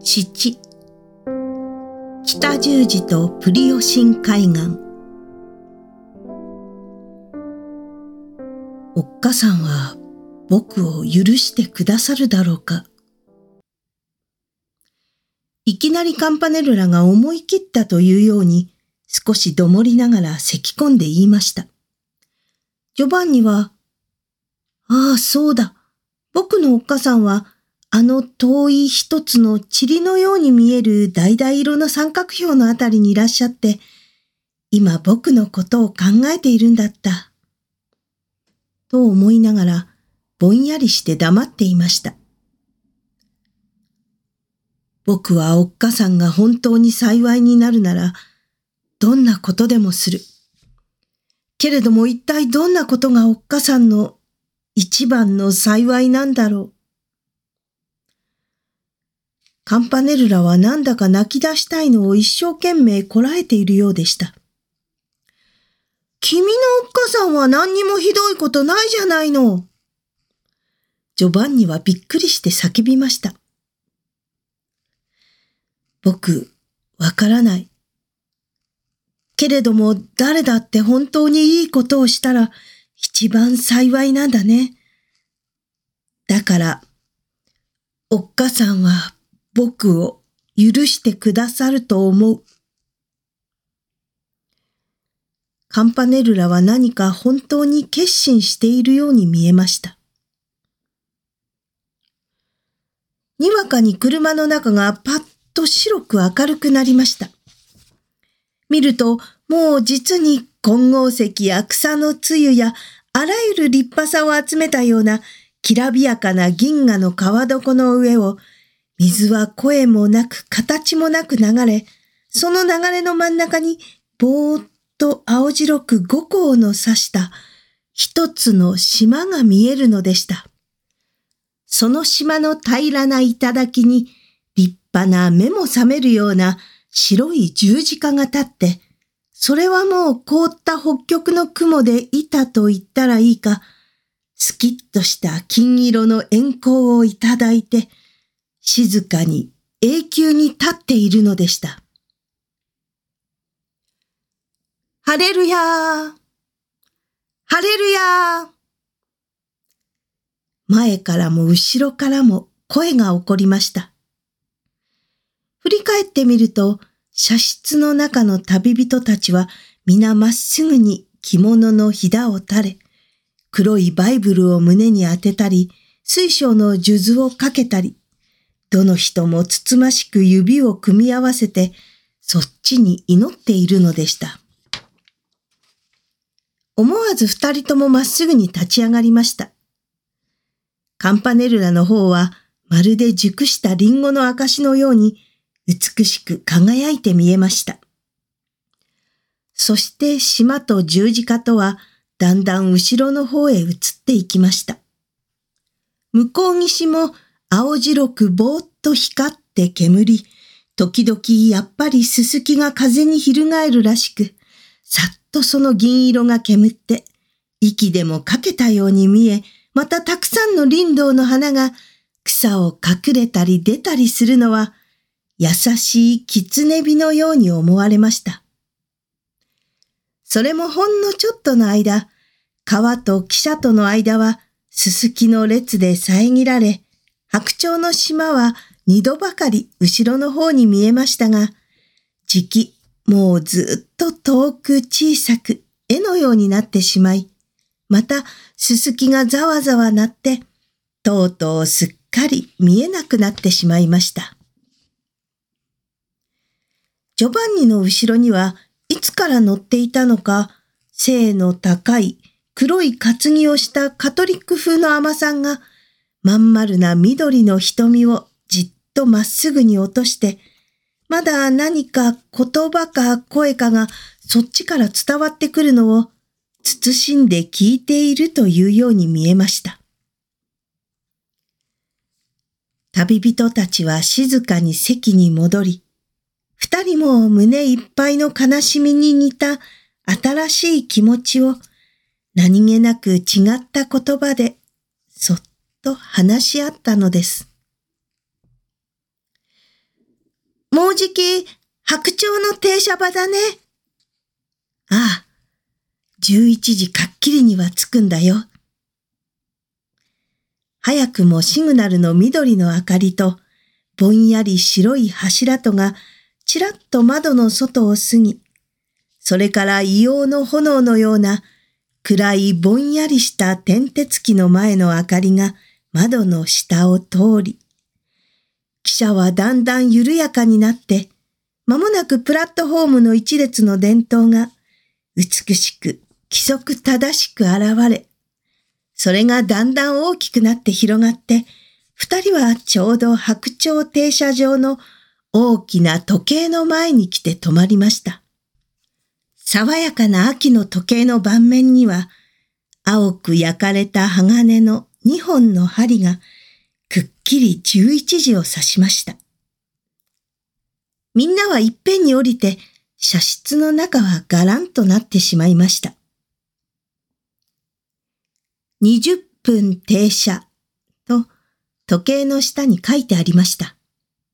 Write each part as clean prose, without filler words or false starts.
7北十字とプリオシン海岸。おっかさんは僕を許してくださるだろうか。いきなりカンパネルラが思い切ったというように少しどもりながら咳き込んで言いました。ジョバンニは、ああそうだ、僕のおっかさんはあの遠い一つの塵のように見える橙色の三角標のあたりにいらっしゃって、今僕のことを考えているんだった。と思いながらぼんやりして黙っていました。僕はおっかさんが本当に幸いになるなら、どんなことでもする。けれども一体どんなことがおっかさんの一番の幸いなんだろう。カンパネルラはなんだか泣き出したいのを一生懸命こらえているようでした。君のおっかさんは何にもひどいことないじゃないの。ジョバンニはびっくりして叫びました。僕、わからない。けれども誰だって本当にいいことをしたら一番幸いなんだね。だから、おっかさんは僕を許してくださると思う。カンパネルラは何か本当に決心しているように見えました。にわかに車の中がパッと白く明るくなりました。見るともう実に金剛石や草の露やあらゆる立派さを集めたようなきらびやかな銀河の川床の上を水は声もなく形もなく流れ、その流れの真ん中にぼーっと青白く五光の差した一つの島が見えるのでした。その島の平らな頂に立派な目も覚めるような白い十字架が立って、それはもう凍った北極の雲で板と言ったらいいか、スキッとした金色の円光をいただいて、静かに永久に立っているのでした。ハレルヤー、ハレルヤー。前からも後ろからも声が起こりました。振り返ってみると、車室の中の旅人たちは皆まっすぐに着物のひだを垂れ、黒いバイブルを胸に当てたり、水晶の数珠をかけたり、どの人もつつましく指を組み合わせて、そっちに祈っているのでした。思わず二人ともまっすぐに立ち上がりました。カンパネルラの方はまるで熟したリンゴの証のように美しく輝いて見えました。そして島と十字架とはだんだん後ろの方へ移っていきました。向こう岸も青白くぼーっと光って煙り、時々やっぱりすすきが風に翻るらしく、さっとその銀色が煙って、息でもかけたように見え、またたくさんの林道の花が草を隠れたり出たりするのは、優しい狐火のように思われました。それもほんのちょっとの間、川と汽車との間はすすきの列で遮られ、白鳥の島は二度ばかり後ろの方に見えましたが、じきもうずっと遠く小さく絵のようになってしまい、またすすきがざわざわ鳴って、とうとうすっかり見えなくなってしまいました。ジョバンニの後ろにはいつから乗っていたのか、背の高い黒い担ぎをしたカトリック風の尼さんが、まん丸な緑の瞳をじっとまっすぐに落として、まだ何か言葉か声かがそっちから伝わってくるのを慎んで聞いているというように見えました。旅人たちは静かに席に戻り、二人も胸いっぱいの悲しみに似た新しい気持ちを何気なく違った言葉でそっと話し合ったのです。 じき白鳥の停車場だね。ああ、11時かっきりには着くんだよ。早くもシグナルの緑の明かりと、ぼんやり白い柱とがちらっと窓の外を過ぎ、それから硫黄の炎のような暗いぼんやりした天鉄機の前の明かりが窓の下を通り、汽車はだんだん緩やかになって、間もなくプラットホームの一列の電灯が美しく規則正しく現れ、それがだんだん大きくなって広がって、二人はちょうど白鳥停車場の大きな時計の前に来て止まりました。爽やかな秋の時計の盤面には、青く焼かれた鋼の2本の針がくっきり11時を指しました。みんなはいっぺんに降りて、車室の中はがらんとなってしまいました。20分停車と時計の下に書いてありました。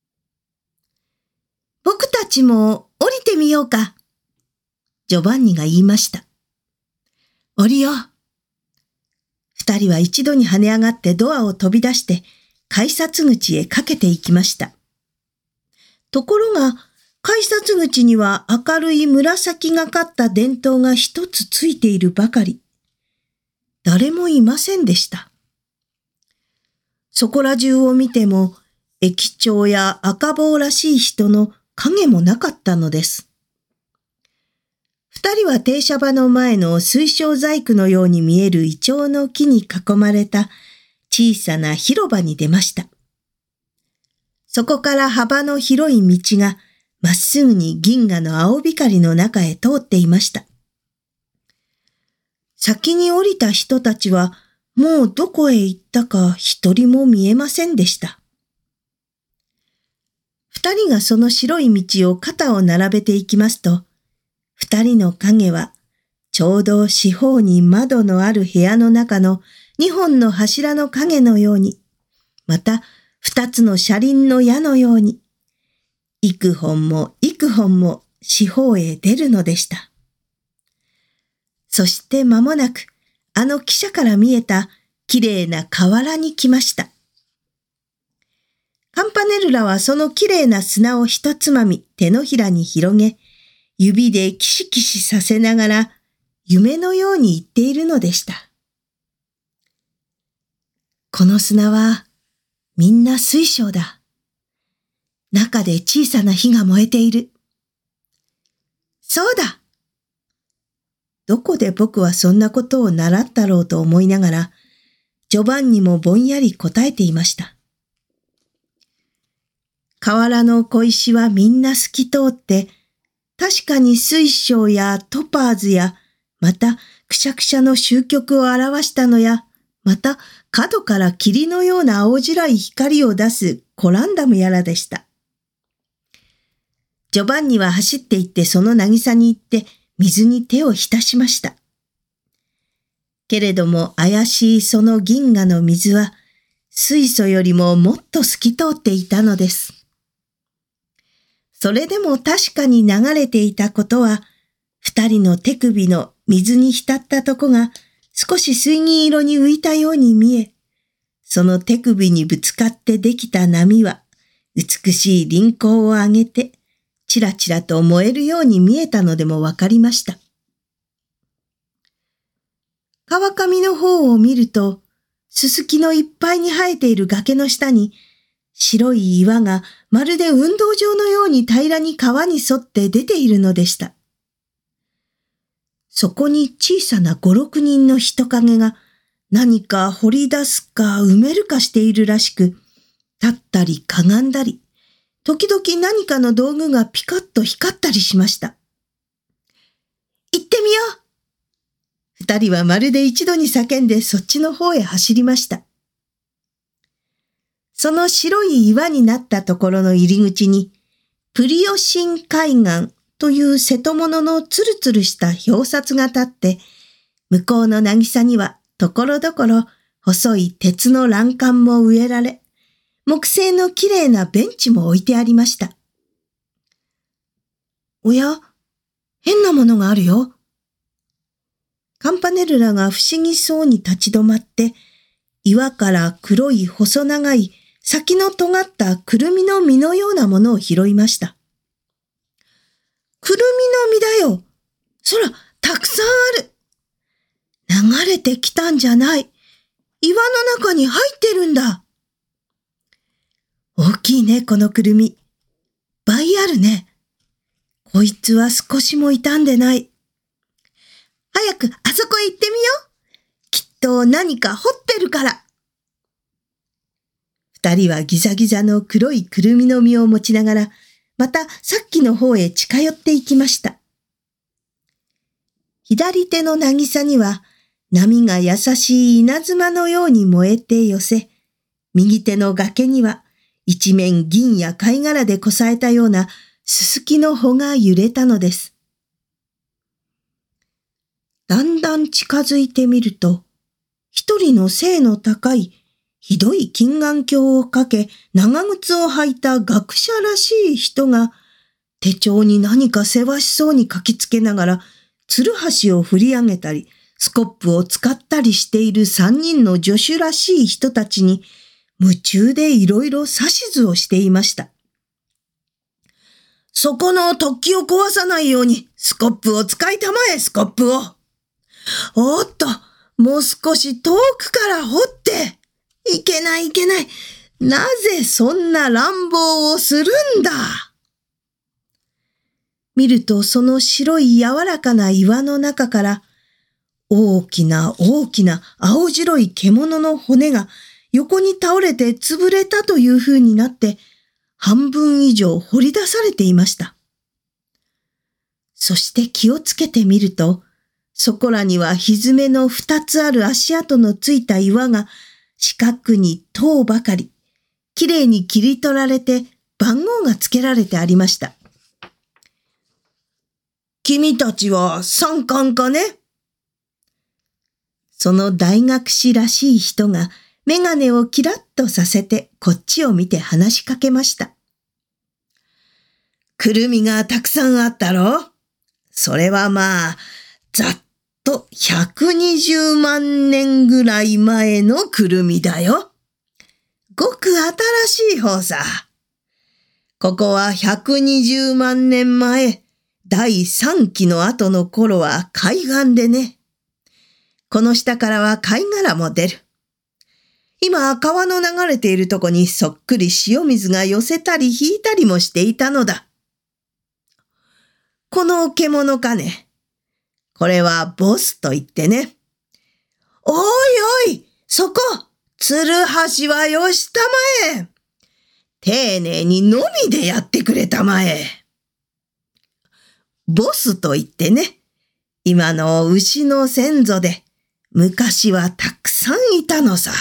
僕たちも降りてみようか。ジョバンニが言いました。降りよう。二人は一度に跳ね上がってドアを飛び出して改札口へかけていきました。ところが改札口には明るい紫がかった電灯が一つついているばかり。誰もいませんでした。そこら中を見ても駅長や赤坊らしい人の影もなかったのです。二人は停車場の前の水晶細工のように見えるイチョウの木に囲まれた小さな広場に出ました。そこから幅の広い道がまっすぐに銀河の青光の中へ通っていました。先に降りた人たちはもうどこへ行ったか一人も見えませんでした。二人がその白い道を肩を並べていきますと、二人の影はちょうど四方に窓のある部屋の中の二本の柱の影のように、また二つの車輪の矢のように、幾本も幾本も四方へ出るのでした。そして間もなくあの汽車から見えたきれいな河原に来ました。カンパネルラはそのきれいな砂を一つまみ手のひらに広げ、指でキシキシさせながら夢のように言っているのでした。この砂はみんな水晶だ。中で小さな火が燃えている。そうだ。どこで僕はそんなことを習ったろうと思いながら、ジョバンニもぼんやり答えていました。河原の小石はみんな透き通って、確かに水晶やトパーズや、またくしゃくしゃの終局を表したのや、また角から霧のような青白い光を出すコランダムやらでした。ジョバンニは走って行ってその渚に行って水に手を浸しました。けれども怪しいその銀河の水は水素よりももっと透き通っていたのです。それでも確かに流れていたことは、二人の手首の水に浸ったとこが少し水銀色に浮いたように見え、その手首にぶつかってできた波は美しい輪廓を上げて、ちらちらと燃えるように見えたのでもわかりました。川上の方を見ると、すすきのいっぱいに生えている崖の下に、白い岩がまるで運動場のように平らに川に沿って出ているのでした。そこに小さな5、6人の人影が何か掘り出すか埋めるかしているらしく、立ったりかがんだり、時々何かの道具がピカッと光ったりしました。行ってみよう。二人はまるで一度に叫んでそっちの方へ走りました。その白い岩になったところの入り口に、プリオシン海岸という瀬戸物のつるつるした表札が立って、向こうの渚にはところどころ細い鉄の欄干も植えられ、木製のきれいなベンチも置いてありました。 おや、変なものがあるよ。カンパネルラが不思議そうに立ち止まって、岩から黒い細長い先の尖ったくるみの実のようなものを拾いました。くるみの実だよ。そら、たくさんある。流れてきたんじゃない。岩の中に入ってるんだ。大きいね、このくるみ。倍あるね。こいつは少しも傷んでない。早くあそこへ行ってみよう。きっと何か掘ってるから。二人はギザギザの黒いくるみの実を持ちながら、またさっきの方へ近寄っていきました。左手の渚には波が優しい稲妻のように燃えて寄せ、右手の崖には一面銀や貝殻でこさえたようなススキの穂が揺れたのです。だんだん近づいてみると、一人の背の高い、ひどい金眼鏡をかけ、長靴を履いた学者らしい人が、手帳に何かせわしそうに書きつけながら、つるはしを振り上げたり、スコップを使ったりしている三人の助手らしい人たちに、夢中でいろいろ指図をしていました。そこの突起を壊さないように、スコップを使いたまえ、スコップを。おっと、もう少し遠くから掘って。いけないいけない。なぜそんな乱暴をするんだ。見るとその白い柔らかな岩の中から、大きな大きな青白い獣の骨が横に倒れて潰れたという風になって、半分以上掘り出されていました。そして気をつけてみると、そこらには蹄の2つある足跡のついた岩が四角に塔ばかり、きれいに切り取られて番号がつけられてありました。君たちは参観かね？その大学士らしい人が眼鏡をキラッとさせてこっちを見て話しかけました。くるみがたくさんあったろ？それはまあ、ざっと120万年ぐらい前のくるみだよ。ごく新しい方さ。ここは120万年前、第3紀の後の頃は海岸でね。この下からは貝殻も出る。今、川の流れているとこにそっくり塩水が寄せたり引いたりもしていたのだ。この獣かね。これはボスと言ってね。おいおい、そこ、つるはしはよしたまえ。丁寧にのみでやってくれたまえ。ボスと言ってね、今の牛の先祖で、昔はたくさんいたのさ。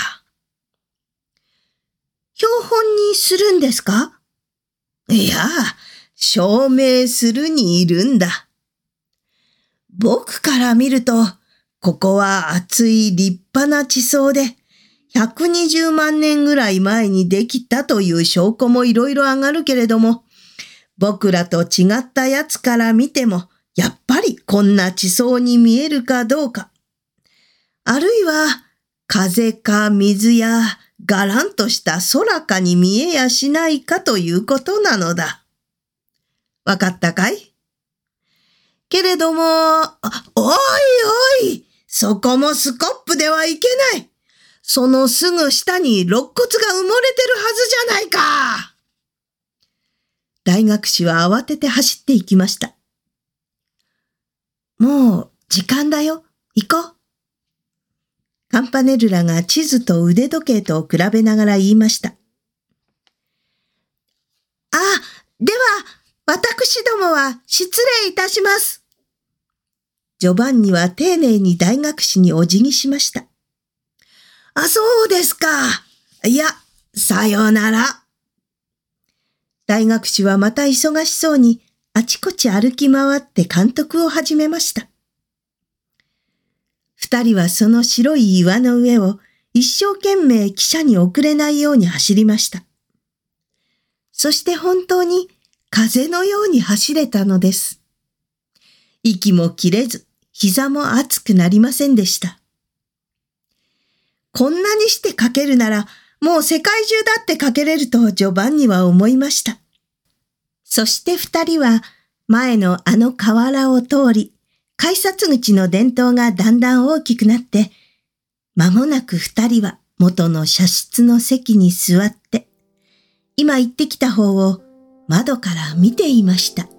標本にするんですか？いや、証明するにいるんだ。僕から見ると、ここは厚い立派な地層で、120万年ぐらい前にできたという証拠もいろいろ上がるけれども、僕らと違ったやつから見ても、やっぱりこんな地層に見えるかどうか。あるいは、風か水やがらんとした空かに見えやしないかということなのだ。わかったかい？けれども、おいおい、そこもスコップではいけない。そのすぐ下に肋骨が埋もれてるはずじゃないか。大学士は慌てて走っていきました。もう時間だよ。行こう。カンパネルラが地図と腕時計と比べながら言いました。では、私どもは失礼いたします。ジョバンニは丁寧に大学士にお辞儀しました。そうですか。いや、さようなら。大学士はまた忙しそうにあちこち歩き回って監督を始めました。二人はその白い岩の上を一生懸命汽車に遅れないように走りました。そして本当に風のように走れたのです。息も切れず、膝も熱くなりませんでした。こんなにして書けるなら、もう世界中だって書けれるとジョバンニは思いました。そして二人は前のあの河原を通り、改札口の電灯がだんだん大きくなって、間もなく二人は元の車室の席に座って、今行ってきた方を窓から見ていました。